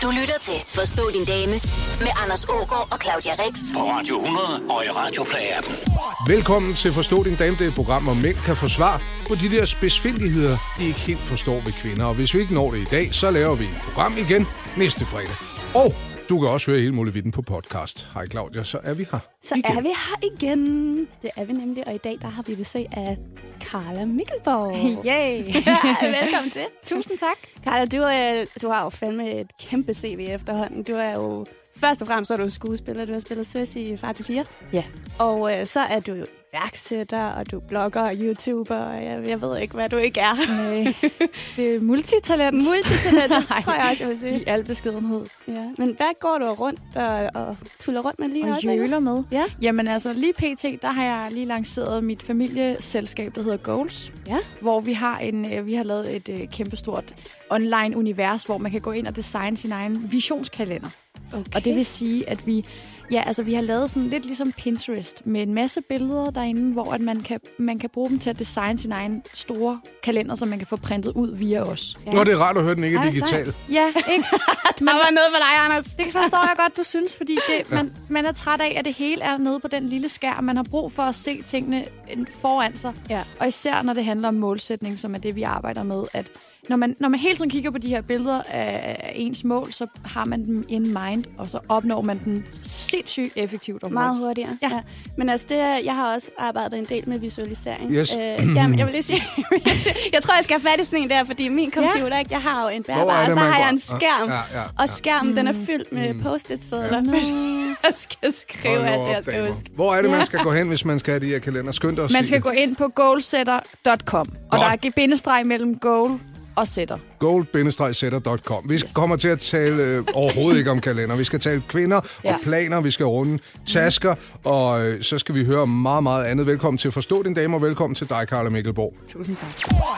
Du lytter til Forstå din dame med Anders Aagaard og Claudia Rix på Radio 100 og i Radioplay-appen. Velkommen til Forstå din dame. Det er et program, hvor mænd kan få svar på de der spidsfindigheder, de ikke helt forstår ved kvinder. Og hvis vi ikke når det i dag, så laver vi et program igen næste fredag. Og du kan også høre hele muligheden på podcast. Hej Claudia, så er vi her igen. Er vi her igen. Det er vi nemlig, og i dag der har vi besøg af Carla Mikkelborg. Yay! Velkommen til. Tusind tak. Carla, du har jo fandme et kæmpe CV efterhånden. Du er jo, først og fremmest så er du skuespiller. Du har spillet søs i Far til 4. Ja. Og så er du jo iværksætter, og du er blogger og YouTuber, og jeg ved ikke, hvad du ikke er. Nej, det er multitalent. Multitalent, tror jeg også, jeg vil sige. I al beskedenhed. Ja. Men hvad går du rundt og tuller rundt med lige og jøler med? Ja. Jamen altså, lige pt, der har jeg lige lanceret mit familieselskab, der hedder Goals. Ja. Hvor vi har lavet et kæmpestort online-univers, hvor man kan gå ind og designe sin egen visionskalender. Okay. Og det vil sige, at vi har lavet sådan lidt ligesom Pinterest med en masse billeder derinde, hvor at man kan bruge dem til at designe sin egen store kalender, som man kan få printet ud via os. Ja. Nå, det er rart at høre, den ikke er digital. Ja, ikke? Der var noget for dig, Anders. Det forstår jeg godt, du synes, fordi man er træt af, at det hele er nede på den lille skærm. Man har brug for at se tingene foran sig. Ja. Og især når det handler om målsætning, som er det, vi arbejder med, at når man hele tiden kigger på de her billeder af ens mål, så har man dem in mind, og så opnår man den sindssygt effektivt. Meget hurtigere. Ja. Men altså, jeg har også arbejdet en del med visualisering. Yes. Jamen, jeg vil lige sige, jeg tror, jeg skal have fat i sådan en der, fordi min computer, ikke, jeg har jo en bærbar, og så har jeg en skærm, og skærmen den er fyldt med post-it-sædler, fordi jeg skal skrive alt det, jeg skal huske. Hvor er det, man skal gå hen, hvis man skal have de her kalender? Skønt at man skal gå ind på goalsetter.com, og der er bindestreg mellem goal og sætter. goal-sætter.com. Vi kommer til at tale overhovedet ikke om kalender. Vi skal tale kvinder og planer. Vi skal runde tasker, og så skal vi høre meget, meget andet. Velkommen til Forstå din dame, og velkommen til dig, Carla Mikkelborg. Tusind tak.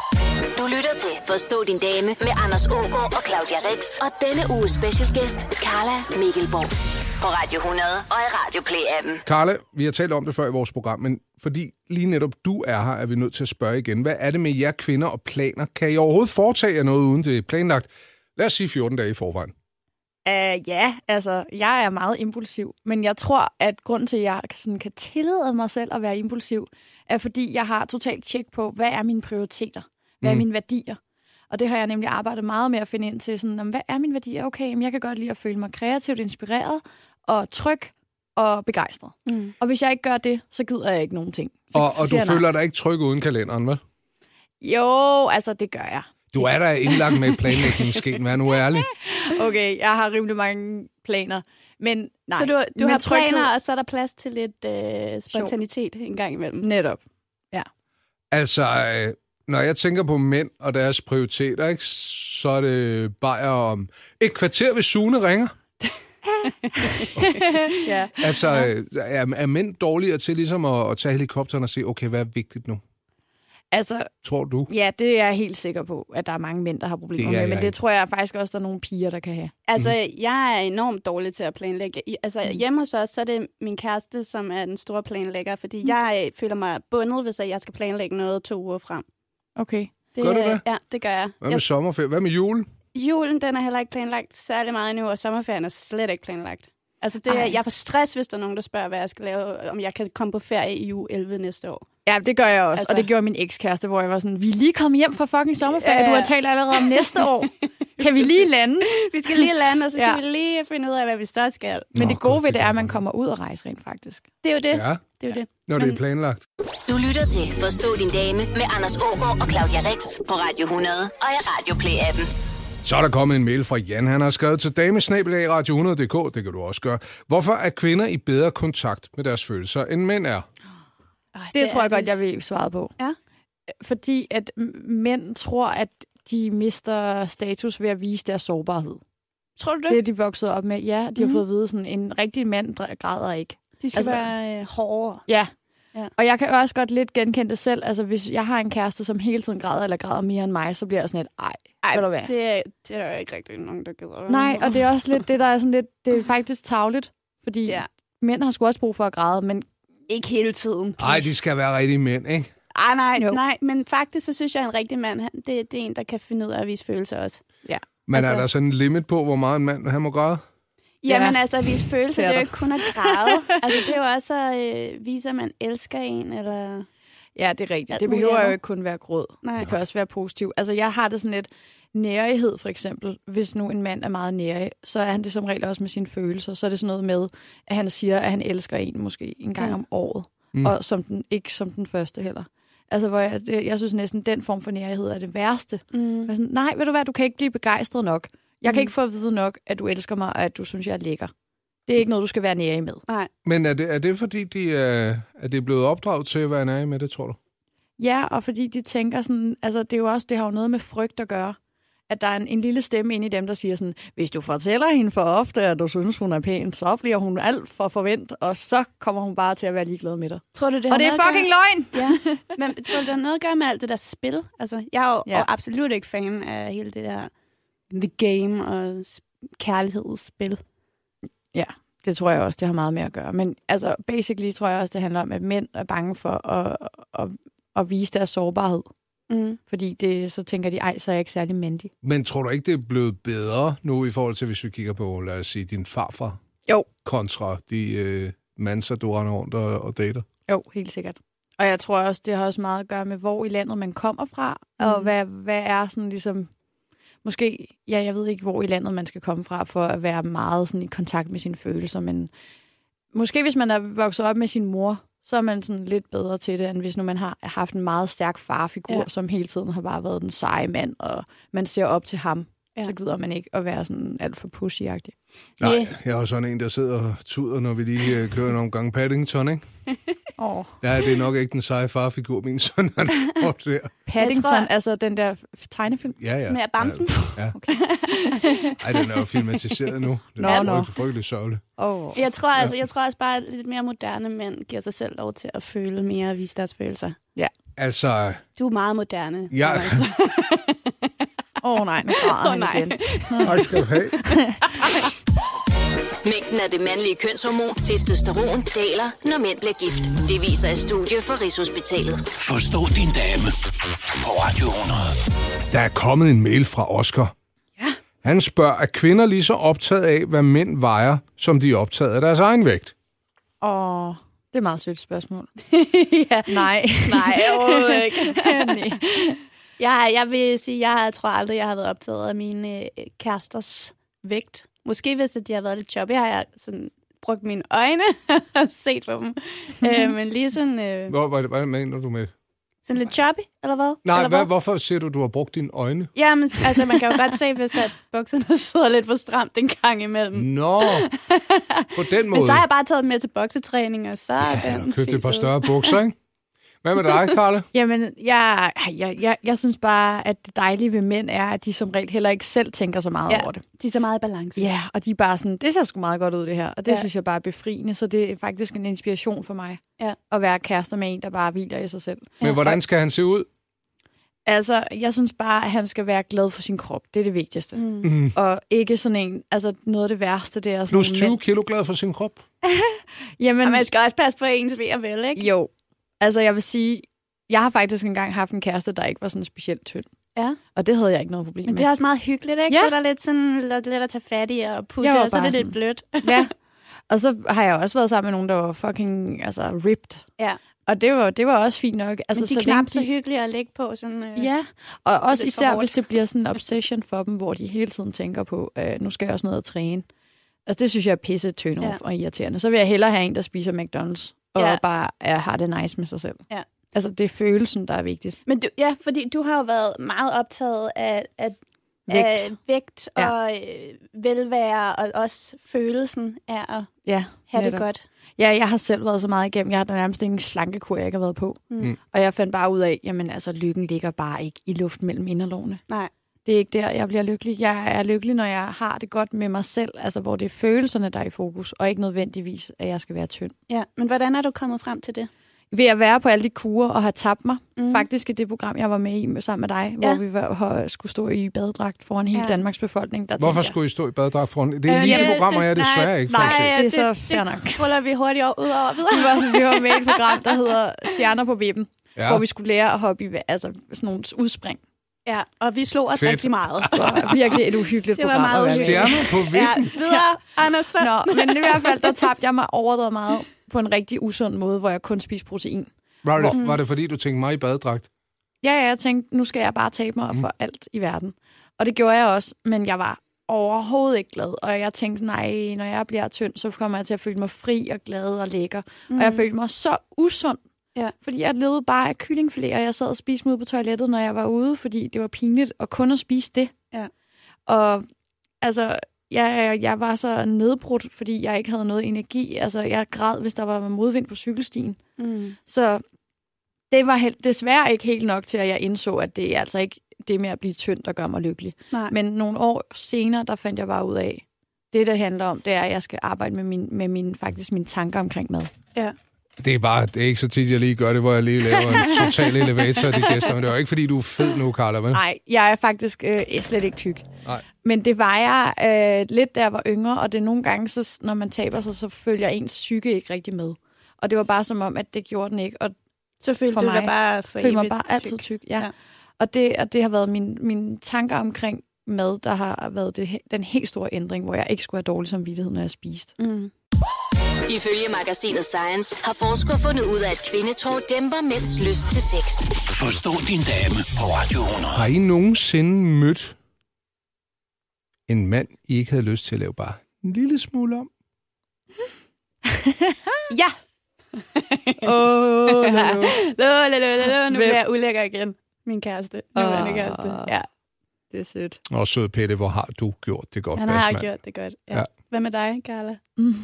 Du lytter til Forstå din dame med Anders Aagaard og Claudia Rix og denne uges special guest, Carla Mikkelborg. På Radio 100 og i Radioplay-appen. Carla, vi har talt om det før i vores program, men fordi lige netop du er her, er vi nødt til at spørge igen. Hvad er det med jer kvinder og planer? Kan I overhovedet foretage jer noget uden det er planlagt? Lad os sige 14 dage i forvejen. Ja, altså, jeg er meget impulsiv. Men jeg tror, at grunden til, at jeg sådan kan tillade mig selv at være impulsiv, er fordi, jeg har totalt tjek på, hvad er mine prioriteter? Hvad er mine værdier? Og det har jeg nemlig arbejdet meget med at finde ind til. Sådan, hvad er mine værdier? Okay, jeg kan godt lide at føle mig kreativt inspireret og tryg og begejstret. Og hvis jeg ikke gør det, så gider jeg ikke nogen ting. Og du føler dig ikke tryg uden kalenderen, vel? Jo, altså det gør jeg. Du er da indlagt med planlægningsskeen, vær nu ærlig. Okay, jeg har rimelig mange planer. Men nej. Så du har tryghed, planer, og så er der plads til lidt spontanitet en gang imellem. Netop, ja. Altså, når jeg tænker på mænd og deres prioriteter, ikke, så er det bare om et kvarter ved Sune ringer. Ja. Altså, er mænd dårligere til ligesom at tage helikopteren og sige, okay, hvad er vigtigt nu? Altså, tror du? Ja, det er jeg helt sikker på, at der er mange mænd, der har problemer med. Men det tror jeg faktisk også, der er nogle piger, der kan have. Altså, jeg er enormt dårlig til at planlægge. Altså, hjemme hos os, så er det min kæreste, som er den store planlægger. Fordi jeg føler mig bundet, hvis jeg skal planlægge noget 2 uger frem. Okay. Gør du det? Ja, det gør jeg. Hvad med sommerferie? Hvad med jul? Julen, den er heller ikke planlagt særlig meget endnu, og sommerferien er slet ikke planlagt. Altså, jeg får stress, hvis der er nogen, der spørger, hvad jeg skal lave, om jeg kan komme på ferie i uge 11 næste år. Ja, det gør jeg også, altså, og det gjorde min ekskæreste, hvor jeg var sådan, vi er lige kommet hjem fra fucking sommerferie, du har talt allerede om næste år. Kan vi lige lande? Vi skal lige lande, og så skal vi lige finde ud af, hvad vi så skal. Men det gode ved det er, at man kommer ud og rejse rent faktisk. Det er jo det. Ja. Det er jo det. Når det er planlagt. Du lytter til Forstå din dame med Anders Aagaard og Claudia Rix på Radio 100 og i Radioplay-appen. Så er der kommet en mail fra Jan. Han har skrevet til damesnabelag.radio100.dk. Det kan du også gøre. Hvorfor er kvinder i bedre kontakt med deres følelser, end mænd er? Det tror jeg godt, jeg vil svare på. Ja. Fordi at mænd tror, at de mister status ved at vise deres sårbarhed. Tror du det? Det er de vokset op med. Ja, de har fået at vide, sådan en rigtig mand græder ikke. De skal være hårdere. Ja. Og jeg kan også godt lidt genkende det selv. Altså, hvis jeg har en kæreste, som hele tiden græder, eller græder mere end mig, så bliver jeg sådan lidt, ej, vil du være? Det er der jo ikke rigtig nogen, der gider. Nej, og det er også lidt det, der er sådan lidt, det er faktisk tarveligt, fordi mænd har sgu også brug for at græde, men ikke hele tiden. Nej, de skal være rigtige mænd, ikke? Nej, men faktisk så synes jeg, at en rigtig mand, det er en, der kan finde ud af at vise følelser også. Ja. Men altså, er der sådan en limit på, hvor meget en mand han må græde? Jamen altså, at vise følelser, det er jo ikke kun at græde. Altså, det er jo også at vise, at man elsker en, eller... Ja, det er rigtigt. Det behøver jo ikke kun være gråd. Nej. Det kan også være positivt. Altså, jeg har det sådan lidt nærighed, for eksempel. Hvis nu en mand er meget nærig, så er han det som regel også med sine følelser. Så er det sådan noget med, at han siger, at han elsker en måske en gang om året. Og ikke som den første heller. Altså, hvor jeg synes næsten, den form for nærighed er det værste. Sådan, nej, ved du hvad, du kan ikke blive begejstret nok. Jeg kan ikke få at vide nok, at du elsker mig, og at du synes, jeg er lækker. Det er ikke noget, du skal være nærig med. Nej. Men er det fordi, de er blevet opdraget til at være nærig med det, tror du? Ja, og fordi de tænker sådan, altså det er jo også, det har jo noget med frygt at gøre. At der er en lille stemme inde i dem, der siger sådan, hvis du fortæller hende for ofte, at du synes, hun er pæn, så bliver hun alt for forvent, og så kommer hun bare til at være ligeglad med dig. Tror du, det og det er fucking løgn! Ja, men tror du, det har noget at gøre med alt det der spil? Altså, jeg er jo absolut ikke fan af hele det der the game og kærlighedsspil. Ja, det tror jeg også, det har meget med at gøre. Men altså, basically tror jeg også, det handler om, at mænd er bange for at vise deres sårbarhed. Fordi så tænker de, så er jeg ikke særlig mandig. Men tror du ikke, det er blevet bedre nu i forhold til, hvis vi kigger på, lad os sige, din farfar? Jo. Kontra de mandser, du render rundt og dater? Jo, helt sikkert. Og jeg tror også, det har også meget at gøre med, hvor i landet man kommer fra, og hvad er sådan ligesom... Måske, jeg ved ikke, hvor i landet man skal komme fra, for at være meget sådan i kontakt med sine følelser, men måske hvis man er vokset op med sin mor, så er man sådan lidt bedre til det, end hvis nu man har haft en meget stærk farfigur, som hele tiden har bare været den seje mand, og man ser op til ham. Så gider man ikke at være sådan alt for pushy-agtig. Nej, jeg er jo sådan en, der sidder og tuder, når vi lige kører nogle gange Paddington, ikke? Ja, det er nok ikke den seje farfigur, min søn han får der. Paddington, altså den der tegnefilm? Ja. Med bamsen? Ja. Okay. Ej, den er jo filmatiseret nu. Den er frygtelig sørgelig. Jeg tror også bare, at lidt mere moderne mænd giver sig selv lov til at føle mere og vise deres følelser. Ja. Altså... Du er meget moderne. Ja. Nej, nu græder han igen. Tak skal du have. Mængden af det mandlige kønshormon, testosteron, daler, når mænd bliver gift. Det viser et studie fra Rigshospitalet. Forstå din dame på Radio 100. Der er kommet en mail fra Oscar. Ja. Han spørger, er kvinder lige så optaget af, hvad mænd vejer, som de er optaget af deres egen vægt? Det er et meget sødt spørgsmål. Ja. Nej, overhovedet ikke. Jeg vil sige, jeg tror aldrig, jeg har været optaget af mine kæresters vægt. Måske hvis de har været lidt chubby, har jeg sådan brugt mine øjne og set på dem. Men lige sådan... Hvad mener du med? Sådan lidt chubby, eller hvad? Nej, eller hvorfor siger du har brugt dine øjne? Ja, men altså, man kan jo godt se, hvis at bukserne sidder lidt for stramt en gang imellem. Nå, på den måde. Men så har jeg bare taget dem med til boksetræning, og så er den købte et par større bukser, ikke? Hvad med dig, Karla? Jamen, jeg synes bare, at det dejlige ved mænd er, at de som regel heller ikke selv tænker så meget over det. De er så meget i balance. Ja, og de er bare sådan, det ser sgu meget godt ud, det her. Og det synes jeg bare er befriende, så det er faktisk en inspiration for mig. At være kærester med en, der bare hviler i sig selv. Men hvordan skal han se ud? Altså, jeg synes bare, at han skal være glad for sin krop. Det er det vigtigste. Og ikke sådan en, altså noget af det værste, det er sådan plus 20 kilo glad for sin krop? Jamen, og man skal også passe på ens ved og vel, ikke? Jo. Altså, jeg vil sige, jeg har faktisk engang haft en kæreste, der ikke var sådan specielt tynd. Ja. Og det havde jeg ikke noget problem med. Men det er også meget hyggeligt, ikke? Ja. Så er der lidt sådan lidt at tage fat i og putte, og så er det lidt blødt. Ja. Og så har jeg også været sammen med nogen, der var fucking ripped. Ja. Og det var også fint nok. Altså, men de er knap så hyggelige at lægge på. Sådan, ja, og også især, hvis det bliver sådan en obsession for dem, hvor de hele tiden tænker på, nu skal jeg også ned og træne. Altså, det synes jeg er pisse turn-off og irriterende. Så vil jeg hellere have en, der spiser McDonald's, og bare har det nice med sig selv. Ja. Altså, det er følelsen, der er vigtigt. Men fordi du har jo været meget optaget af vægt og velvære, og også følelsen af at have det godt. Ja, jeg har selv været så meget igennem. Jeg har nærmest ingen slankekur, jeg ikke har været på. Og jeg fandt bare ud af, jamen altså, lykken ligger bare ikke i luften mellem inderlårene. Nej. Det er ikke der, jeg bliver lykkelig. Jeg er lykkelig, når jeg har det godt med mig selv, altså hvor det er følelserne, der er i fokus, og ikke nødvendigvis, at jeg skal være tynd. Ja, men hvordan er du kommet frem til det? Ved at være på alle de kurer og have tabt mig. Faktisk i det program, jeg var med i sammen med dig, hvor vi skulle stå i badedragt foran hele Danmarks befolkning. Hvorfor skulle I stå i badedragt foran? Det er lige de programmer, jeg desværre ikke får set. Det er så fair nok. Det ruller vi hurtigt ud over videre. Vi var med i et program, der hedder Stjerner på Vippen, hvor vi skulle lære at hoppe i sådan nogle udspring. Ja, og vi slog os rigtig meget. Det var virkelig et uhyggeligt program. Det var meget uhyggeligt. Stjerner på væggen. Ja, videre, Anders. Nå, men i hvert fald, der tabte jeg mig overdrevet meget på en rigtig usund måde, hvor jeg kun spiste protein. Var det fordi, du tænkte mig i badedragt? Ja, jeg tænkte, nu skal jeg bare tabe mig for alt i verden. Og det gjorde jeg også, men jeg var overhovedet ikke glad. Og jeg tænkte, nej, når jeg bliver tynd, så kommer jeg til at føle mig fri og glad og lækker. Og jeg følte mig så usund, fordi jeg levede bare af kyllingfilet, og jeg sad og spiste ud på toilettet, når jeg var ude, fordi det var pinligt at kun at spise det. Ja. Og altså, jeg var så nedbrudt, fordi jeg ikke havde noget energi. Altså, jeg græd, hvis der var modvind på cykelstien. Så det var desværre ikke helt nok til, at jeg indså, at det er altså ikke det med at blive tynd, der gør mig lykkelig. Nej. Men nogle år senere, der fandt jeg bare ud af, det handler om, det er, at jeg skal arbejde med mine tanker omkring mad. Ja. Det er ikke så tit, jeg lige gør det, hvor jeg lige laver en total elevator af de gæster. Men det er jo ikke, fordi du er fed nu, Carla, vel? Nej, jeg er faktisk slet ikke tyk. Nej. Men det var jeg lidt, da jeg var yngre, og det er nogle gange, så, når man taber sig, så følger ens psyke ikke rigtig med. Og det var bare som om, at det gjorde den ikke. Og så følte du dig bare for evigt mig bare altid tyk. Ja. Og det har været mine tanker omkring mad, der har været den helt store ændring, hvor jeg ikke skulle have dårlig samvittighed, når jeg spiste. Ifølge magasinet Science har forskere fundet ud af, at kvindetår dæmper mænds lyst til sex. Forstå din dame på Radio 100. Har I nogensinde mødt en mand, I ikke havde lyst til at lave bare en lille smule om? Ja! Nu bliver jeg ulækker igen. Min kæreste. Kæreste. Ja. Det er sødt. Og sød Pette, hvor har du gjort det godt? Han har gjort det godt, ja. Hvad med dig, Carla?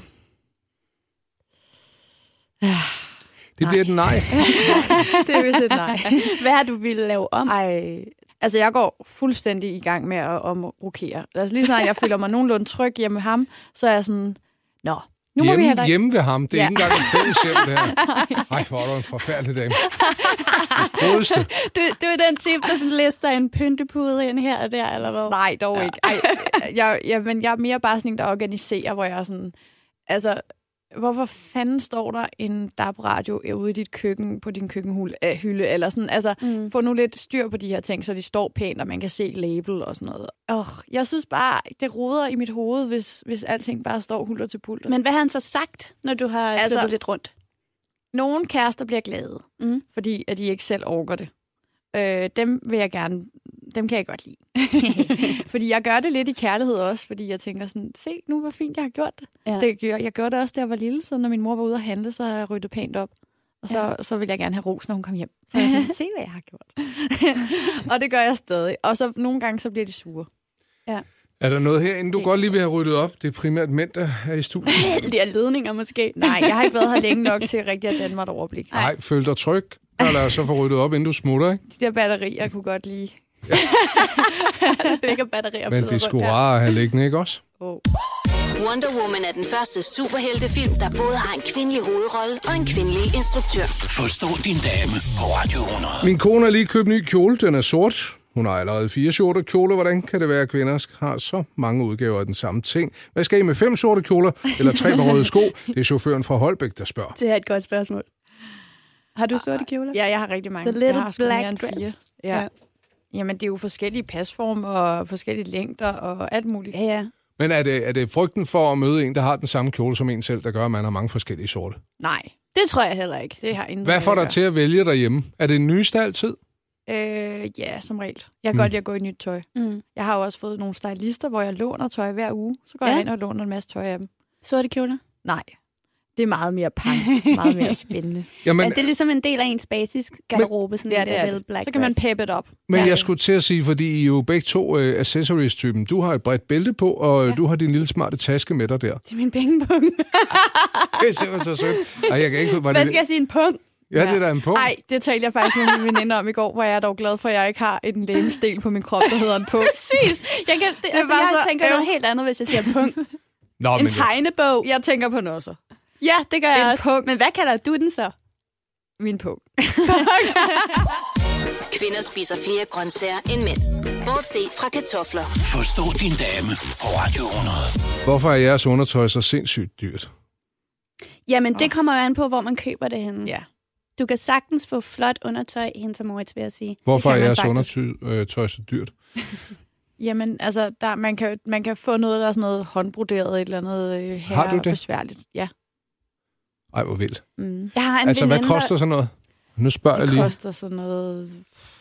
Det bliver et nej. Det er vist et nej. Hvad har du ville lave om? Altså, jeg går fuldstændig i gang med at omrokere. Altså, lige snart jeg føler mig nogenlunde tryg hjemme med ham, så er jeg sådan, nu må vi have dig. Hjemme ved ham? Det er ikke engang en fælles hjem, det her. Ej, hvor er du en forfærdelig dame. Du er den type, der sådan lister en pyntepude ind her og der, eller hvad? Nej, dog ikke. Men jeg er mere bare sådan en, der organiserer, hvor jeg er sådan, altså, hvorfor fanden står der en DAB-radio ude i dit køkken, på din køkkenhylde, eller sådan, altså, få nu lidt styr på de her ting, så de står pænt, og man kan se label og sådan noget. Jeg synes bare, det roder i mit hoved, hvis alting bare står hulter til pulter. Men hvad har han så sagt, når du har flyttet lidt rundt? Nogle kærester bliver glade, fordi at de ikke selv orker det. Dem kan jeg godt lide. Fordi jeg gør det lidt i kærlighed også, fordi jeg tænker sådan, se nu, hvor fint jeg har gjort det. Ja. Jeg gjorde det også, da jeg var lille, så når min mor var ude at handle, så har jeg ryddet pænt op. Og så vil jeg gerne have ros, når hun kom hjem. Så jeg sådan, se hvad jeg har gjort. Og det gør jeg stadig. Og så nogle gange, så bliver de sure. Ja. Er der noget herinde, du godt lige vil have ryddet op? Det er primært mænd, der er i studiet. Det er ledninger måske. Nej, jeg har ikke været her længe nok til rigtig at danne mig et overblik. Nej, føl dig tryg. Eller så få ryddet op, inden du smutter, ikke? De der batterier kunne godt lide. Ja. Det er ikke batterier. Men det skulle rare at have liggende, ikke også? Wonder Woman er den første superheltefilm, der både har en kvindelig hovedrolle og en kvindelig instruktør. Forstå din dame på Radio 100. Min kone har lige købt ny kjole. Den er sort. Hun har allerede 4 sorte kjoler. Hvordan kan det være, at kvinder har så mange udgaver af den samme ting? Hvad skal I med 5 sorte kjoler eller 3 med røde sko? Det er chaufføren fra Holbæk, der spørger. Det er et godt spørgsmål. Har du sorte kjoler? Ja, jeg har rigtig mange. The little jeg har black dress. 4. Ja. Jamen, det er jo forskellige pasformer og forskellige længder og alt muligt. Ja. Men er det frygten for at møde en, der har den samme kjole som en selv, der gør, at man har mange forskellige sorte? Nej. Det tror jeg heller ikke. Det har hvad får dig til at vælge derhjemme? Er det en nyeste altid? Ja, som regel. Jeg kan godt lide at gå i nyt tøj. Jeg har jo også fået nogle stylister, hvor jeg låner tøj hver uge. Så går jeg ind og låner en masse tøj af dem. Sorte kjoler? Nej. Det er meget mere punk. Meget mere spændende. Jamen, det er ligesom en del af ens basisk garderobe. Sådan det. Black så kan man peppe det op. Men jeg skulle til at sige, fordi I jo begge to accessories-typen. Du har et bredt bælte på, og du har din lille smarte taske med dig der. Det er min pengepung. Det er så sødt. Jeg kan ikke... Hvad skal jeg sige? En pung? Ja, det er da en pung. Nej, det talte jeg faktisk med min veninde om i går, hvor jeg er dog glad for, at jeg ikke har en legemsdel på min krop, der hedder en pung. Præcis. Jeg tænker noget helt andet, hvis jeg siger pung. En tegnebog. Jeg tænker på noget så. Ja, det gør jeg også. Pung. Men hvad kalder du den så? Min pung. Kvinder spiser flere grøntsager end mænd. Bortset fra kartofler. Forstå din dame på Radio 100. Hvorfor er jeres undertøj så sindssygt dyrt? Jamen, det kommer jo an på, hvor man køber det henne. Ja. Du kan sagtens få flot undertøj i Hennes & Mauritz, vil jeg sige. Hvorfor er jeres undertøj så dyrt? Jamen, altså, man kan få noget, der er sådan noget håndbroderet, et eller andet Har du det? Besværligt. Ja. Ej, hvor vildt. Jeg har en altså, veninde, hvad koster sådan noget? Nu spørger jeg lige. Det koster sådan noget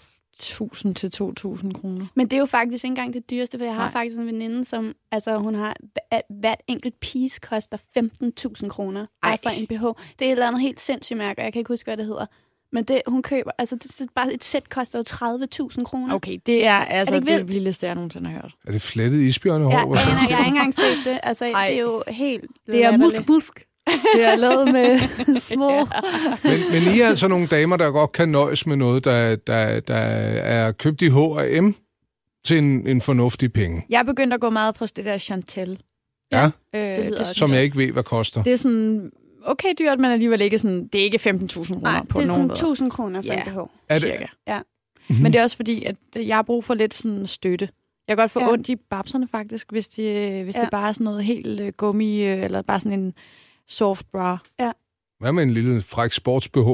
1.000 til 2.000 kroner. Men det er jo faktisk ikke engang det dyreste, for jeg har faktisk en veninde, som, altså hun har, hvert enkelt piece koster 15.000 kroner. Bare for en BH. Det er et eller andet helt sindssygt mærke, og jeg kan ikke huske, hvad det hedder. Men det, hun køber, altså det, bare et sæt koster jo 30.000 kroner. Okay, det er altså det vildeste, jeg nogensinde har hørt. Er det flettet isbjørnehår? Jeg har ikke engang set det. Altså, det er jo helt... Det er musk. Det er lavet med små... Men I er altså nogle damer, der godt kan nøjes med noget, der er købt i H&M til en fornuftig penge. Jeg er begyndt at gå meget fra det der Chantel. Ja, som jeg ikke ved, hvad koster. Det er sådan... Okay dyrt, men alligevel ikke sådan... Det er ikke 15.000 kroner på nogen måde. Det er sådan 1.000 kroner for en BH. Cirka. Ja. Mm-hmm. Men det er også fordi, at jeg har brug for lidt sådan støtte. Jeg kan godt få ondt i babserne faktisk, hvis det bare er sådan noget helt gummi, eller bare sådan en soft bra. Ja. Hvad med en lille fræk sports-BH?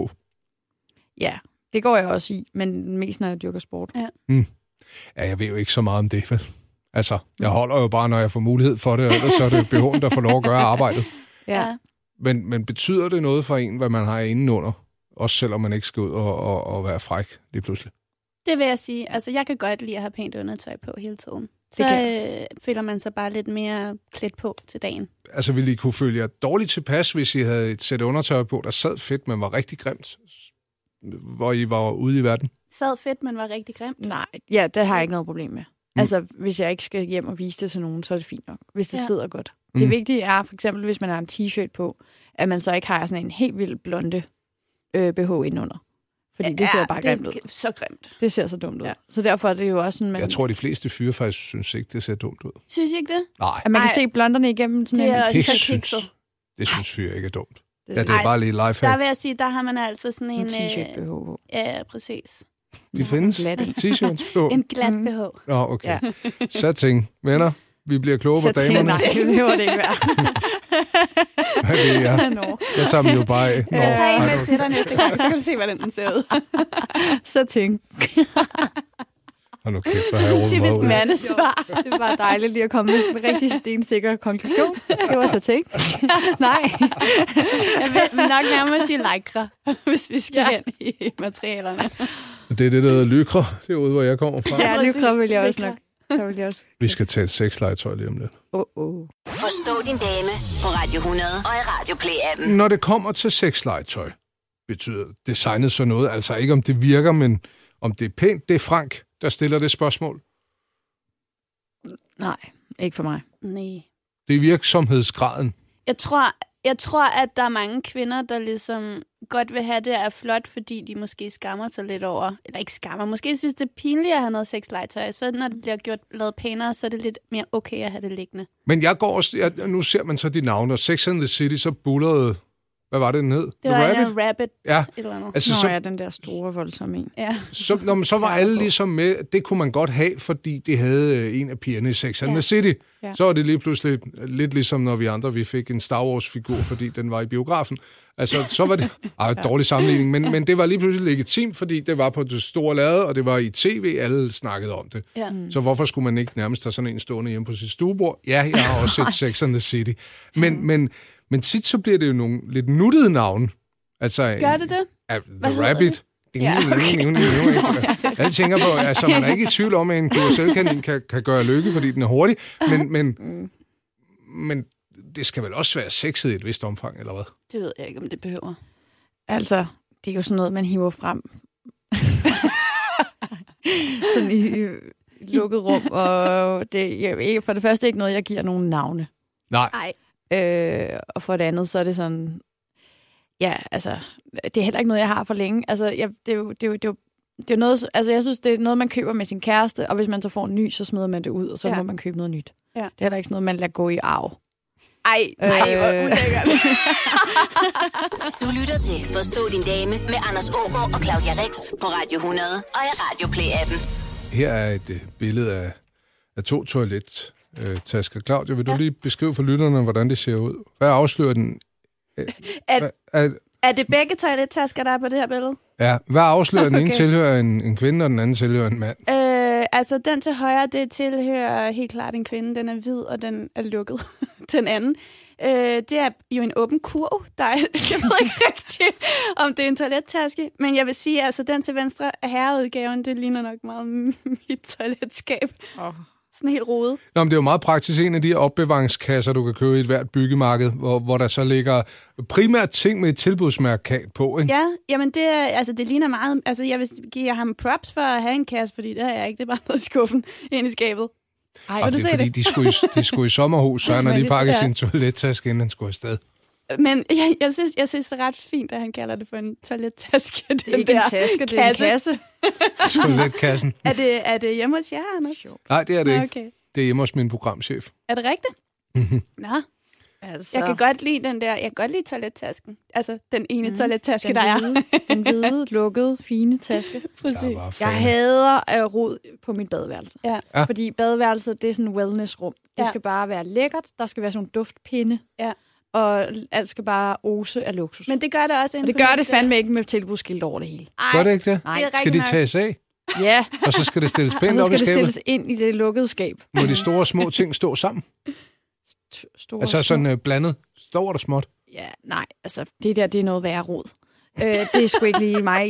Ja, det går jeg også i, men mest når jeg dyrker sport. Ja. Ja, jeg ved jo ikke så meget om det, vel? Altså, jeg holder jo bare, når jeg får mulighed for det, og ellers så er det BH'en, der får lov at gøre arbejdet. Ja. Men betyder det noget for en, hvad man har indenunder? Også selvom man ikke skal ud og være fræk lige pludselig? Det vil jeg sige. Altså, jeg kan godt lide at have pænt undertøj på hele tiden. Så føler man sig bare lidt mere klædt på til dagen. Altså, ville I kunne føle jer dårligt tilpas, hvis I havde et sæt undertøj på, der sad fedt, men var rigtig grimt, hvor I var ude i verden? Sad fedt, men var rigtig grimt? Nej, ja, det har jeg ikke noget problem med. Altså, hvis jeg ikke skal hjem og vise det til nogen, så er det fint nok, hvis det sidder godt. Det vigtige er, for eksempel, hvis man har en t-shirt på, at man så ikke har sådan en helt vild blonde BH indenunder. Fordi det ser bare grimt ud. Det er så grimt. Det ser så dumt ud. Ja. Så derfor er det jo også sådan... Jeg tror, de fleste fyre faktisk synes ikke, det ser dumt ud. Synes I ikke det? Nej. At man kan se blonderne igennem sådan Det synes fyre ikke er dumt. Det er bare lige lifehack. Der vil jeg sige, der har man altså sådan en t-shirt BH. Ja, præcis. De findes. T-shirts BH. En glat BH. Nå, okay. Ja. Så tænk, venner, vi bliver kloge på damerne. Nej, det behøver det ikke være. Hvad det er? Jeg tager dem jo bare af. Jeg tager en med til dig næste gang, så kan du se, hvordan den ser ud. Så tænk. Og nu kæft, hvor har jeg typisk mandesvar. Det var bare dejligt lige at komme med en rigtig stensikker konklusion. Det var så tænk. Nej. Jeg vil nok nærmere sige lycra, hvis vi skal hen i materialerne. Det er det, der hedder lykra. Det er ude, hvor jeg kommer fra. Ja, lykra vil jeg også nok. Vi skal tage et sexlegetøj lige om lidt. Forstå din dame på Radio 100 og i Radio Play-appen. Når det kommer til sexlegetøj, betyder designet så noget? Altså ikke om det virker, men om det er pænt. Det er Frank, der stiller det spørgsmål. Nej, ikke for mig. Nej. Det er virksomhedsgraden. Jeg tror, at der er mange kvinder, der ligesom godt vil have det er flot, fordi de måske skammer sig lidt over, eller ikke skammer, måske synes det er pinligt at have noget sexlegetøj, så når det bliver lavet pænere, så er det lidt mere okay at have det liggende. Men jeg går også, nu ser man så de navne, og Sex and the City, så bullerede, hvad var det, den hed? Det var en Rabbit. Ja. Altså, så, den der store voldsomme en. Ja. Så var alle ligesom med, det kunne man godt have, fordi det havde en af pigerne i Sex and the City. Ja. Så var det lige pludselig lidt ligesom, når vi fik en Star Wars-figur, fordi den var i biografen. Altså, så var det dårlig sammenligning, men det var lige pludselig legitimt, fordi det var på det store lade, og det var i tv, alle snakkede om det. Ja. Så hvorfor skulle man ikke nærmest have sådan en stående hjemme på sit stuebord? Ja, jeg har også set Sex and the City. Men tit så bliver det jo nogle lidt nuttede navne. Altså, gør det det? The Rabbit. Ja, okay. Alle tænker på, altså man er ikke i tvivl om, at en Duracell-kanin kan gøre lykke, fordi den er hurtig, men det skal vel også være sexet i et vist omfang, eller hvad? Det ved jeg ikke, om det behøver. Altså, det er jo sådan noget, man hiver frem. Sådan i lukket rum, og det er for det første ikke noget, jeg giver nogen navne. Nej. Og for det andet, så er det sådan... Ja, altså, det er heller ikke noget, jeg har for længe. Altså, det er jo noget... Altså, jeg synes, det er noget, man køber med sin kæreste, og hvis man så får en ny, så smider man det ud, og så må man købe noget nyt. Ja. Det er heller ikke sådan noget, man lader gå i arv. Ej, hvor ulækkert. Du lytter til Forstå din dame med Anders Aagaard og Claudia Rex på Radio 100 og i Radio Play-appen. Her er et billede af 2 toilet-tasker. Claudia, vil du lige beskrive for lytterne, hvordan det ser ud? Hvad afslører den? Er det begge toilettasker, der er på det her billede? Ja, hvad afslører den ene tilhører en kvinde, og den anden tilhører en mand? Altså, den til højre, det tilhører helt klart en kvinde. Den er hvid, og den er lukket. Den anden. Det er jo en åben kurv. Jeg ved ikke rigtigt, om det er en toilettaske. Men jeg vil sige, altså den til venstre herreudgaven, det ligner nok meget mit toiletskab. Sådan helt rodet. Nå, men det er jo meget praktisk. En af de opbevaringskasser, du kan købe i et hvert byggemarked, hvor der så ligger primært ting med et tilbudsmærkat på, ikke? Ja, jamen det ligner meget. Altså jeg vil give ham props for at have en kasse, fordi det har jeg ikke. Det er bare noget i skuffen ind i skabet. Ej, og det er fordi, de skulle i sommerhus, så når de pakkede sin toilettaske, inden den skulle afsted. Men jeg synes det er ret fint, at han kalder det for en toilettaske. Det er ikke en taske, det er en kasse. Toiletkassen. Er det hjemme hos jer, Anders? Nej, det er det ikke. Okay. Det er hjemme hos min programchef. Er det rigtigt? Mm-hmm. Nå. Altså. Jeg kan godt lide den der. Jeg kan godt lide toilettasken. Altså den ene toilettaske, der er. Den hvide, lukkede, fine taske. Præcis. Jeg hader rod på mit badeværelse. Ja. Fordi badeværelset, det er sådan en wellnessrum. Det skal bare være lækkert. Der skal være sådan en duftpinde. Ja. Og alt skal bare ose af luksus. Men det gør det også. Og det gør det fandme ikke med tilbudsskilt over det hele. Gør det ikke det? Nej. Skal de tages af? Ja. Og så skal det stilles pænt op i skabet? Og så skal det stilles ind i det lukkede skab. Må de store og små ting stå sammen? Altså sådan blandet? Står der småt? Ja, nej. Altså, det er noget værre rod. Det er sgu ikke lige mig.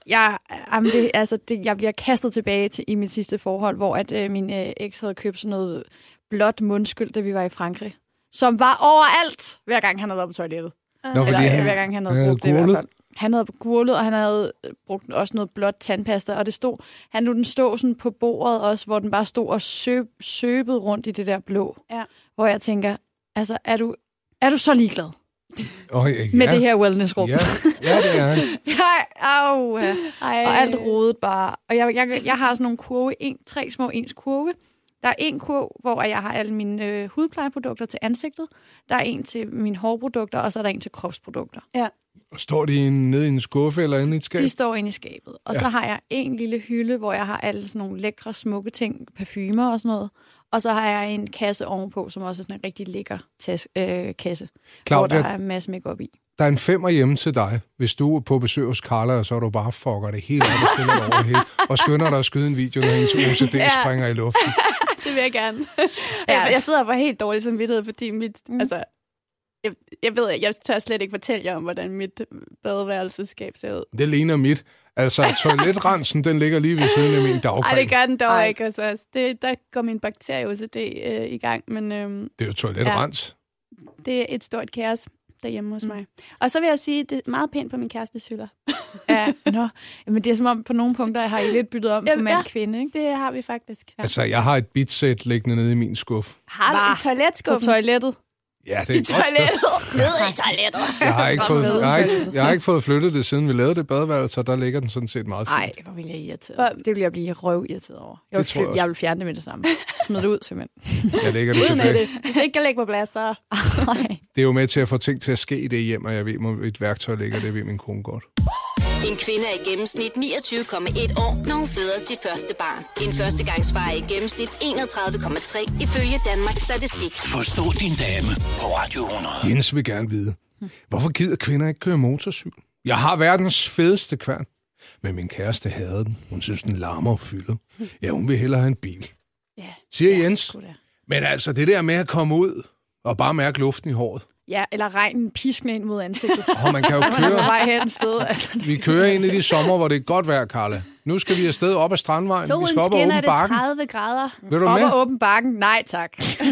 Jeg bliver kastet tilbage i mit sidste forhold, hvor at min eks havde købt sådan noget blåt mundskyld, da vi var i Frankrig. Som var overalt, hver gang han havde været på toilettet. Hver gang han havde brugt det i hvert fald. Han havde gurlet, og han havde brugt også noget blåt tandpasta, og han lod den stå sådan på bordet også, hvor den bare stod og søbede rundt i det der blå. Ja. Hvor jeg tænker, altså, er du så ligeglad? Med det her wellnessrum? Ja, det er han. Og alt rodet bare. Og jeg har sådan nogle kurve, 3 små ens kurve. Der er en kurv, hvor jeg har alle mine hudplejeprodukter til ansigtet. Der er en til mine hårprodukter, og så er der en til kropsprodukter. Ja. Og står de nede i en skuffe eller inde i et skab? De står inde i skabet. Og så har jeg en lille hylde, hvor jeg har alle sådan nogle lækre, smukke ting, parfumer og sådan noget. Og så har jeg en kasse ovenpå, som også er sådan en rigtig lækker kasse, Claudia, hvor der er en masse makeup i. Der er en 5'er hjemme til dig, hvis du er på besøg hos Carla, og så er du bare fucker det helt op og stiller over det hele, og skynder dig at skyde en video, når hendes OCD springer i luften. Det vil jeg gerne. Jeg sidder og får helt dårlig samvittighed, fordi altså, jeg ved, jeg tør slet ikke fortælle jer om, hvordan mit badeværelseskab ser ud. Det ligner mit. Altså, toiletrensen, den ligger lige ved siden af min dagkring. Nej, det gør den dog ikke. Altså, der går min bakterie-OCD i gang. Men, det er jo toiletrens. Ja, det er et stort kaos derhjemme hos mig. Og så vil jeg sige, det er meget pænt på min kærestes hylder. Men det er som om, på nogle punkter har I lidt byttet om på mand og kvinde, ikke? Det har vi faktisk. Ja. Altså, jeg har et bitsæt liggende nede i min skuffe. Har du en toiletskuffen? På toilettet? Ja, det er I toilettet? Nede i toilettet? Jeg har ikke fået flyttet det, siden vi lavede det badeværelse, og der ligger den sådan set meget fint. Nej, hvor vil jeg irriteret. Det vil jeg blive røvirriteret over. Jeg vil fjerne det med det samme. Smid det ud, simpelthen. Jeg lægger det tilbage. Hvis det ikke kan lægge på plads, så... Det er jo med til at få ting til at ske i det hjem, og jeg ved, hvor et værktøj ligger, det ved min kone godt. En kvinde er i gennemsnit 29,1 år, når hun føder sit første barn. En førstegangsfar er i gennemsnit 31,3 ifølge Danmarks Statistik. Forstå din dame på Radio 100. Jens vil gerne vide, hvorfor gider kvinder ikke køre motorcykel? Jeg har verdens fedeste kværn, men min kæreste hader den. Hun synes, den larmer og fylder. Ja, hun vil hellere have en bil. Siger Jens. Men altså, det der med at komme ud og bare mærke luften i håret. Ja, eller regnen piskende ind mod ansigtet. Man kan jo køre. Vi kører ind i de sommer, hvor det er godt vejr, Carla. Nu skal vi afsted op ad Strandvejen. Solen vi skal op og åbne bakken. 30 grader. Vil du med? Op og åbne bakken? Nej, tak.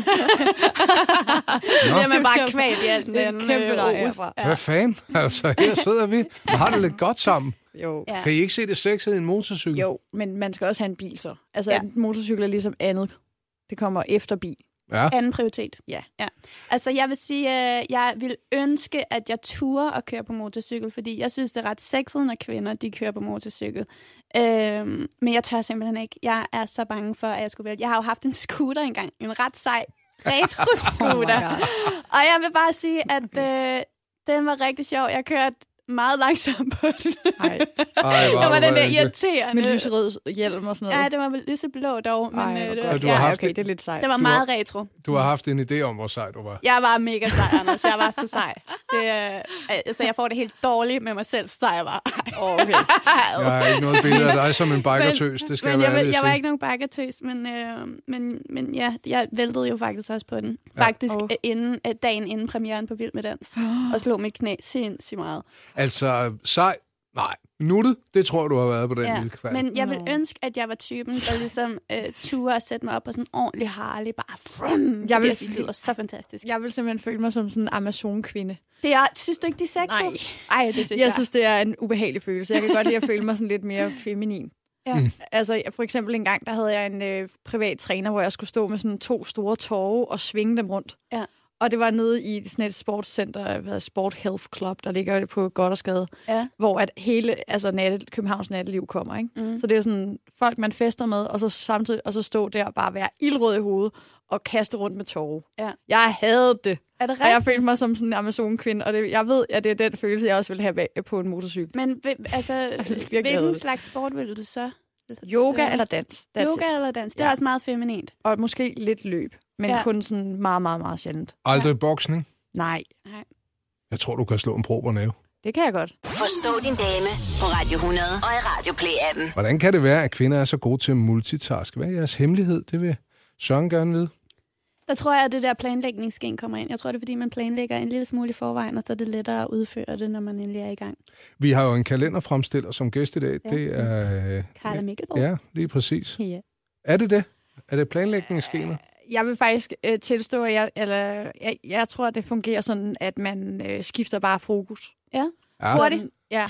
Jamen bare kvæl i alt den kæmpe dig herfra. Hvad fanden? Altså, her sidder vi. Vi har det lidt godt sammen. Jo. Kan I ikke se det sexede i en motorcykel? Jo, men man skal også have en bil så. Altså, en motorcykel er ligesom andet. Det kommer efter bil. Ja. Anden prioritet. Ja. Altså, jeg vil sige, jeg vil ønske, at jeg turde at køre på motorcykel, fordi jeg synes, det er ret sexet, når kvinder de kører på motorcykel. Men jeg tør simpelthen ikke. Jeg er så bange for, at jeg skulle vælge. Jeg har jo haft en scooter engang. En ret sej retro-scooter. Og jeg vil bare sige, at den var rigtig sjov. Jeg kørte meget langsom på den. Nej. Det var den der irriterende. Med lyserød hjelm og sådan noget. Ja, det var vel lyseblå dog. Men, okay, det er lidt sejt. Det var meget retro. Du har haft en idé om, hvor sej du var. Jeg var mega sej, Anders. Jeg var så sej. Så jeg får det helt dårligt med mig selv, så sej jeg var. Okay. Jeg har ikke noget billede af dig som en bikertøs. Det skal jeg var ikke nogen bikertøs, men ja, jeg væltede jo faktisk også på den. Faktisk dagen inden premieren på Vild med Dans. Og slog mit knæ sindssygt meget. Altså, sej? Nej. Nuttet? Det tror du har været på den lille kvald. Men jeg vil ønske, at jeg var typen, der ligesom turde at sætte mig op på sådan en ordentlig Harley. Bare det lyder så fantastisk. Jeg vil simpelthen føle mig som sådan en Amazon-kvinde. Synes du ikke, de er sexet? Nej. Ej, det synes jeg. Jeg synes, det er en ubehagelig følelse. Jeg kan godt lide at føle mig sådan lidt mere feminin. Ja. Altså, for eksempel en gang, der havde jeg en privat træner, hvor jeg skulle stå med sådan 2 store torve og svinge dem rundt. Ja. Og det var nede i sådan et sportscenter, Sport Health Club, der ligger på Gothersgade, hvor at hele Københavns natteliv kommer, ikke? Mm. Så det er sådan folk, man fester med, og så samtidig og så stå der og bare være ildrød i hovedet og kaste rundt med tårer. Ja. Jeg havde det. Er det rigtigt? Og jeg følte mig som sådan en Amazon-kvinde, og jeg ved, at det er den følelse, jeg også vil have på en motorcykel. Men hvilken slags sport vil du så? Yoga eller dans. Yoga eller dans. Det er også meget feminint. Og måske lidt løb, men kun sådan meget, meget, meget sjældent. Aldrig boksning? Nej. Jeg tror, du kan slå en probernæve. Det kan jeg godt. Forstå din dame på Radio 100 og i Radio Play-appen. Hvordan kan det være, at kvinder er så gode til multitask? Hvad er jeres hemmelighed? Det vil Søren gerne vide. Der tror jeg, at det der planlægningsgen kommer ind. Jeg tror, det er, fordi man planlægger en lille smule i forvejen, og så er det lettere at udføre det, når man endelig er i gang. Vi har jo en kalenderfremstiller som gæst i dag. Ja. Det er... Carla Mikkelborg. Ja, lige præcis. Ja. Er det det? Er det planlægningsgener? Jeg vil faktisk tilstå, at jeg tror, at det fungerer sådan, at man skifter bare fokus. Ja. Hurtigt. Ja,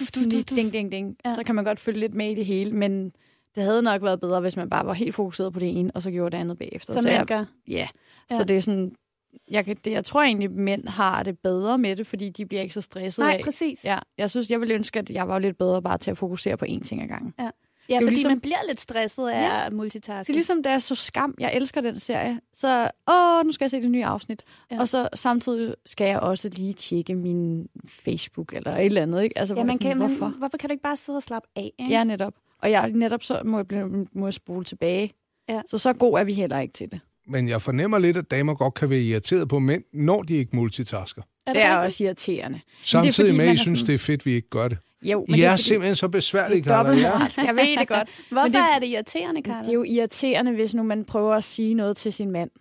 ding. Ja. Så kan man godt følge lidt med i det hele, men det havde nok været bedre, hvis man bare var helt fokuseret på det ene, og så gjorde det andet bagefter. Som man gør. Ja, så det er sådan... Jeg tror egentlig, at mænd har det bedre med det, fordi de bliver ikke så stresset af. Nej, præcis. Ja, jeg ville ønske, at jeg var lidt bedre bare til at fokusere på én ting ad gangen. Ja, fordi ligesom, man bliver lidt stresset af multitasking. Det er ligesom, da jeg så Skam. Jeg elsker den serie. Så, nu skal jeg se det nye afsnit. Ja. Og så samtidig skal jeg også lige tjekke min Facebook eller et eller andet. Ikke? Altså, hvorfor kan du ikke bare sidde og slappe af? Ikke? Ja, netop. Og netop så må jeg spole tilbage. Ja. Så god er vi heller ikke til det. Men jeg fornemmer lidt, at damer godt kan være irriteret på mænd, når de ikke multitasker. Det er også irriterende. Samtidig med, at I synes, det er fedt, at vi ikke gør det. Jo, men I er simpelthen så besværlige, Carla. Jeg ved det godt. Hvorfor er det irriterende, Carla? Det er jo irriterende, hvis nu man prøver at sige noget til sin mand,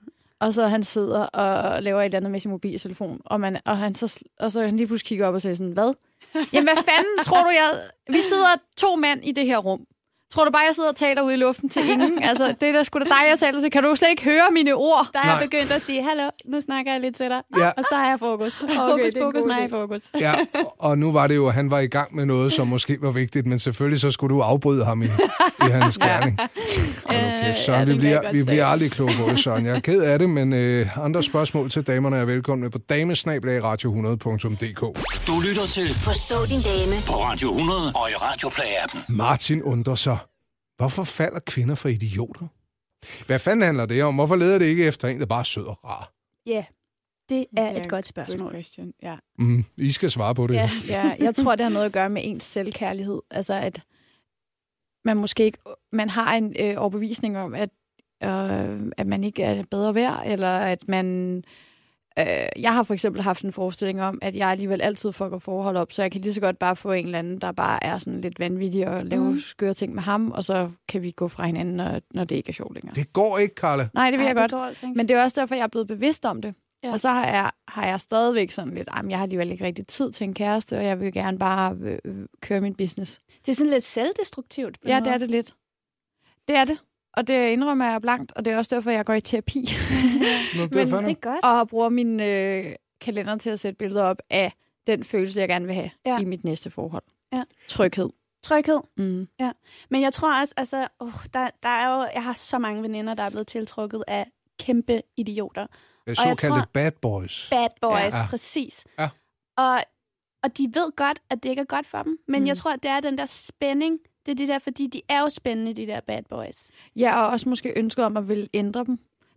og så han sidder og laver et eller andet med sin mobiltelefon, og så han lige pludselig kigger op og siger sådan, hvad? Jamen, hvad fanden tror du, vi sidder 2 mænd i det her rum. Tror du bare, jeg sidder og taler ude i luften til ingen? Altså, det er da sgu da dig, jeg taler til. Kan du slet ikke høre mine ord? Der er jeg begyndt at sige, hallo, nu snakker jeg lidt til dig. Ja. Og så har jeg fokus. Fokus, mig i fokus. Ja, og nu var det jo, at han var i gang med noget, som måske var vigtigt, men selvfølgelig så skulle du afbryde ham i hans gerning. Okay, Søren, vi bliver aldrig kloge på det, Søren. Jeg er ked af det, men andre spørgsmål til damerne er velkomne på damesnabelagradio100.dk. Du lytter til Forstå din dame på Radio 100 og i Radio Play-appen. Martin undrer sig. Hvorfor falder kvinder for idioter? Hvad fanden handler det om? Hvorfor leder det ikke efter en, der bare er sød og rar? Ja, det er et godt spørgsmål. Ja. I skal svare på det. Ja, jeg tror, det har noget at gøre med ens selvkærlighed. Altså, at man måske ikke... Man har en overbevisning om, at man ikke er bedre værd, eller at man... Jeg har for eksempel haft en forestilling om, at jeg alligevel altid fucker forhold op, så jeg kan lige så godt bare få en eller anden, der bare er sådan lidt vanvittig og lave skøre ting med ham, og så kan vi gå fra hinanden, når det ikke er sjovt længere. Det går ikke, Carla. Nej, det vil jeg godt. Altså men det er også derfor, jeg er blevet bevidst om det. Ja. Og så har jeg stadigvæk sådan lidt, jeg har alligevel ikke rigtig tid til en kæreste, og jeg vil gerne bare køre min business. Det er sådan lidt selvdestruktivt. Ja, det er det lidt. Det er det. Og det indrømmer jeg blankt, og det er også derfor, jeg går i terapi. Det er godt. Og bruger min kalender til at sætte billeder op af den følelse, jeg gerne vil have i mit næste forhold. Ja. Tryghed. Ja. Men jeg tror også, altså, der er jo, jeg har så mange veninder, der er blevet tiltrukket af kæmpe idioter. Såkaldte bad boys. Bad boys, præcis. Ja. Og de ved godt, at det ikke er godt for dem. Men jeg tror, at det er den der spænding. Det er det der, fordi de er jo spændende, de der bad boys. Ja, og også måske ønsket om at ville ændre dem.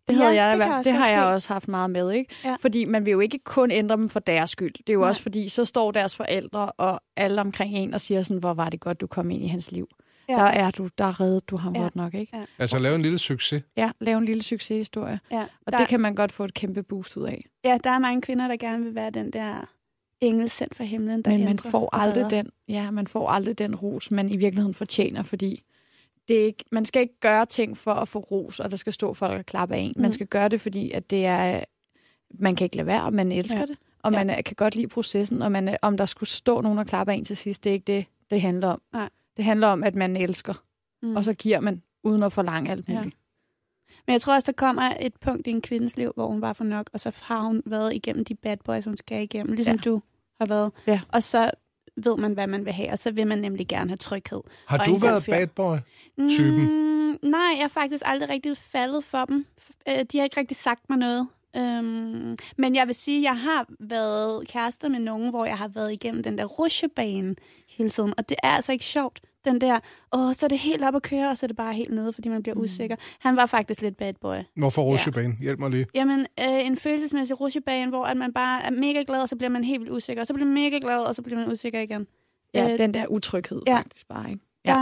Det har jeg også haft meget med, ikke? Ja. Fordi man vil jo ikke kun ændre dem for deres skyld. Det er jo også fordi, så står deres forældre og alle omkring en og siger sådan, hvor var det godt, du kom ind i hans liv. Ja. Der reddede du ham godt nok, ikke? Ja. Altså lave en lille succes. Ja, lave en lille succeshistorie. Ja, og det kan man godt få et kæmpe boost ud af. Ja, der er mange kvinder, der gerne vil være den der engel sendt fra himlen, der men man får aldrig den ros, man i virkeligheden fortjener, fordi man skal ikke gøre ting for at få ros, og der skal stå folk og klappe af en. Man skal gøre det, fordi at det er, man kan ikke lade være, og man elsker det, og man kan godt lide processen, og om der skulle stå nogen og klappe af en til sidst, det er ikke det handler om. Nej. Det handler om, at man elsker, og så giver man, uden at forlange alt muligt. Ja. Men jeg tror også, der kommer et punkt i en kvindes liv, hvor hun bare får nok, og så har hun været igennem de bad boys, hun skal igennem, ligesom du har været. Ja. Og så ved man, hvad man vil have, og så vil man nemlig gerne have tryghed. Har du været bad boy-typen? Nej, jeg er faktisk aldrig rigtig faldet for dem. De har ikke rigtig sagt mig noget. Men jeg vil sige, at jeg har været kærester med nogen, hvor jeg har været igennem den der rutsjebane hele tiden. Og det er altså ikke sjovt. Den der, så er det helt op at køre, og så er det bare helt nede, fordi man bliver usikker. Han var faktisk lidt bad boy. Hvorfor rutsjebane? Hjælp mig lige. Jamen, en følelsesmæssig rutsjebane, hvor at man bare er mega glad, og så bliver man helt vildt usikker. Og så bliver man mega glad, og så bliver man usikker igen. Ja, den der utryghed faktisk bare, ikke? Ja.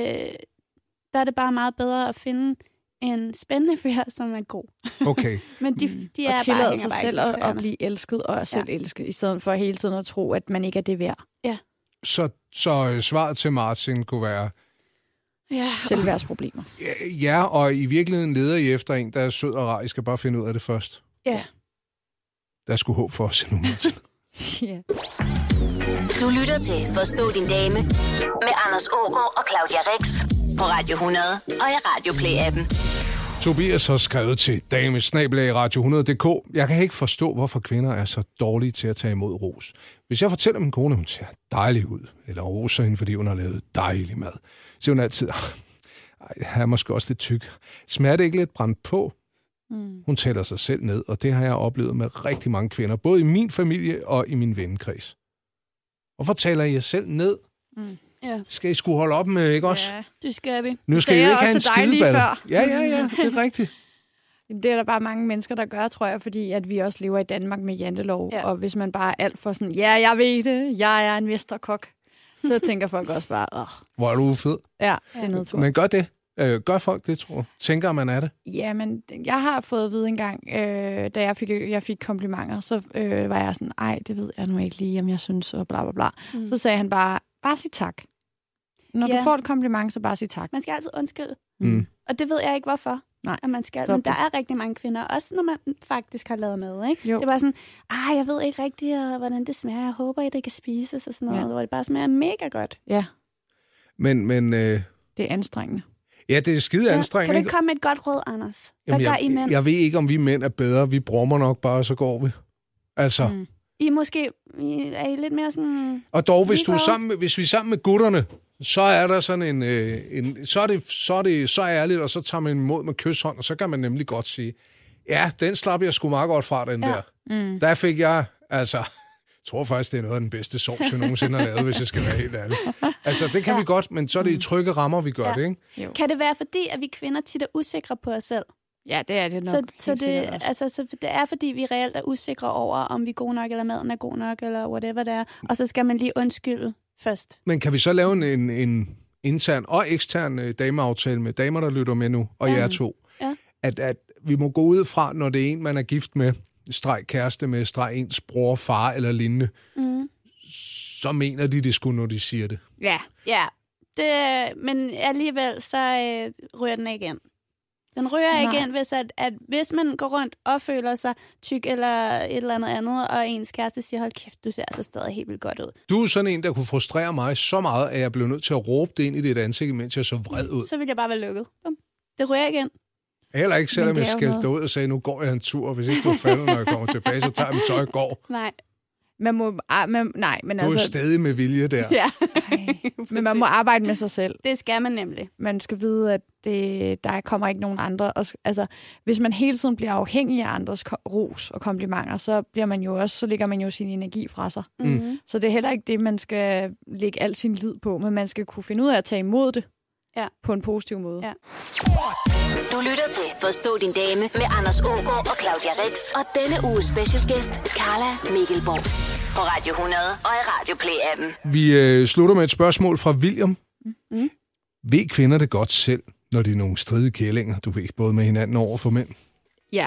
Der er det bare meget bedre at finde en spændende fyr, som er god. Okay. Men de er og bare tillade sig selv at blive elsket og selv elsket, i stedet for hele tiden at tro, at man ikke er det værd. Ja. Så svaret til Martin kunne være... Selvværdsproblemer. Ja, og i virkeligheden leder I efter en, der er sød og rar. I skal bare finde ud af det først. Ja. Der er sgu håb for os nu, Martin. Ja. Du lytter til Forstå din dame med Anders Aagaard og Claudia Rix på Radio 100 og i Radio Play-appen. Tobias har skrevet til damesnabelag-radio100.dk. Jeg kan ikke forstå, hvorfor kvinder er så dårlige til at tage imod ros. Hvis jeg fortæller min kone, hun ser dejlig ud, eller roser hende, fordi hun har lavet dejlig mad, så hun altid, jeg er måske også lidt tyk. Smager det ikke lidt brændt på? Hun tæller sig selv ned, og det har jeg oplevet med rigtig mange kvinder, både i min familie og i min vennekreds. Hvorfor taler I jer selv ned? Ja. Skal I skulle holde op med, ikke også? Ja, det skal vi. Nu skal I jo ikke have en skideball. Ja, det er rigtigt. Det er der bare mange mennesker, der gør, tror jeg, fordi at vi også lever i Danmark med jantelov. Ja. Og hvis man bare er alt for sådan, jeg ved det, jeg er en mesterkok, så tænker folk også bare, hvor er du fed? Ja, det er nedtur. Men gør det. Gør folk det, tror du? Tænker man er det? Ja, men jeg har fået at vide engang, da jeg fik komplimenter, så var jeg sådan, det ved jeg nu ikke lige, om jeg synes, og bla bla bla. Så sagde han bare sig tak. Når du får et kompliment, så bare sig tak. Man skal altid undskylde. Og det ved jeg ikke, hvorfor. Nej, at man skal. Men der er rigtig mange kvinder, også når man faktisk har lavet mad, ikke? Jo. Det er bare sådan, jeg ved ikke rigtigt, hvordan det smager. Jeg håber, at det kan spises og sådan noget. Hvor det bare smager mega godt. Ja. Men det er anstrengende. Ja, det er skide anstrengende. Kan du ikke komme med et godt råd, Anders? Hvad gør I mænd? Jeg ved ikke, om vi mænd er bedre. Vi brummer nok bare, og så går vi. Altså... Er I lidt mere sådan... Og dog, hvis vi er sammen med gutterne, så er der sådan så ærligt, og så tager man imod med kysshånd, og så kan man nemlig godt sige, ja, den slap jeg sgu meget godt fra, den der. Der fik jeg, jeg tror faktisk, det er noget af den bedste sovs, jeg nogensinde har lavet, hvis jeg skal være helt ærlig. Altså, det kan vi godt, men så er det i trygge rammer, vi gør det, ikke? Jo. Kan det være fordi, at vi kvinder tit er usikre på os selv? Ja, det er det nok. Så det er, fordi vi reelt er usikre over, om vi er gode nok, eller maden er god nok, eller whatever det er. Og så skal man lige undskylde først. Men kan vi så lave en intern og ekstern dameaftale med damer, der lytter med nu, og jer to? Ja. At vi må gå ud fra, når det er en, man er gift med, kæreste med, ens bror, far eller lignende, så mener de det sgu, når de siger det. Ja. Men alligevel, så ryger den ikke ind. Den ryger igen, hvis man går rundt og føler sig tyk eller et eller andet, og ens kæreste siger, hold kæft, du ser altså stadig helt vildt godt ud. Du er sådan en, der kunne frustrere mig så meget, at jeg blev nødt til at råbe det ind i dit ansigt, mens jeg så vred ud. Så vil jeg bare være lukket. Det ryger igen. Heller ikke, selvom jeg skældte dig ud og sagde, nu går jeg en tur, og hvis ikke du er faldet, når jeg kommer tilbage, så tager jeg mit tøj og går. Nej. Men du er stadig med vilje der. Ja. Men man må arbejde med sig selv. Det skal man nemlig. Man skal vide, at der kommer ikke nogen andre. Altså, hvis man hele tiden bliver afhængig af andres ros og komplimenter, så lægger man jo sin energi fra sig. Så det er heller ikke det, man skal lægge al sin lid på, men man skal kunne finde ud af at tage imod det. på en positiv måde. Ja. Du lytter til Forstå din dame med Anders Aagaard og Claudia Rix. Og denne uges specialgæst, Carla Mikkelborg. På Radio 100 og i Radio Play-appen. Vi slutter med et spørgsmål fra William. Ved kvinder det godt selv, når de er nogle stridige kællinger, du ved, både med hinanden over for mænd? Ja.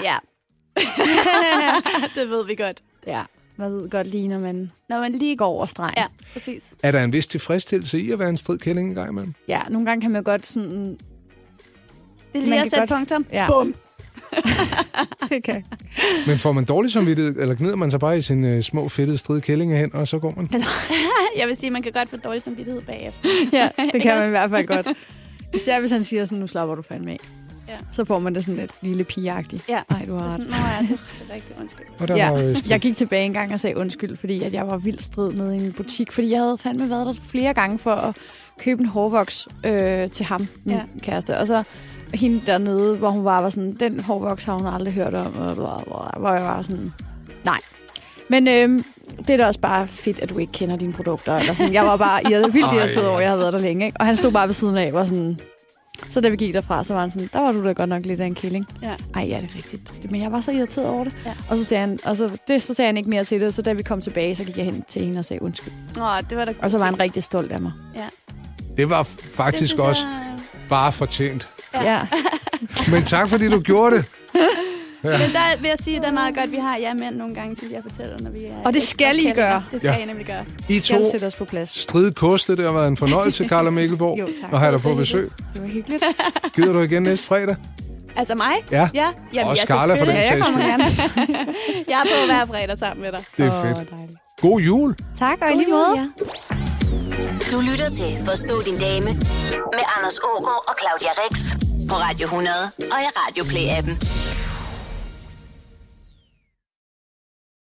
Det ved vi godt. Ja, man ved godt lige, når man lige går over stregen. Ja, præcis. Er der en vis tilfredsstillelse i at være en strid kælling en gang imellem? Ja, nogle gange kan man godt sådan... Det er lige at sætte punktum. Ja. Bum! Det kan. Men får man dårlig samvittighed, eller gnider man sig bare i sin små fedtede stride kællinger hen, og så går man? Jeg vil sige, at man kan godt få dårlig samvittighed bagefter. Ja, det kan man i hvert fald godt. Især hvis han siger sådan, nu slapper du fandme af. Ja. Så får man det sådan lidt lille pigeagtigt. Ja. Ej, du har ret. Nå ja, det er rigtig undskyld. Jeg gik tilbage en gang og sagde undskyld, fordi at jeg var vildt strid nede i en butik, fordi jeg havde fandme været der flere gange for at købe en hårvoks til ham, min kæreste. Og så hende dernede, hvor hun var sådan, den hårvoks har hun aldrig hørt om, og hvor jeg var sådan, nej. Men det er da også bare fedt, at du ikke kender dine produkter. Eller sådan. Jeg var bare vildt irriteret over, at jeg havde været der længe. Ikke? Og han stod bare ved siden af, var sådan... Så da vi gik derfra, så var han sådan, der var du da godt nok lidt af en kælling. Ja. Ej, ja, det er rigtigt. Men jeg var så irriteret over det. Ja. Og så sagde han, så sagde han ikke mere til det. Så da vi kom tilbage, så gik jeg hen til hende og sagde undskyld. Det var da og så var han rigtig stolt af mig. Ja. Det var faktisk det også bare fortjent. Ja. Men tak, fordi du gjorde det. Ja. Men der vil jeg sige, at det er meget godt, at vi har mænd nogle gange til at fortælle, når vi er... Og det skal I gøre. Det skal I nemlig gøre. I to sætte os på plads. Stride koste, det har været en fornøjelse, Carla Mikkelborg. Jo, tak. Og have dig på besøg. Det var hyggeligt. Gider du igen næste fredag? Altså mig? Ja. Jamen, også Carla for den sags skyld. Jeg er på hver fredag sammen med dig. Det er fedt. God jul. Tak, og i lige måde. Ja. Du lytter til Forstå din dame med Anders Aagaard og Claudia Rix på Radio 100 og i Radio Play-appen.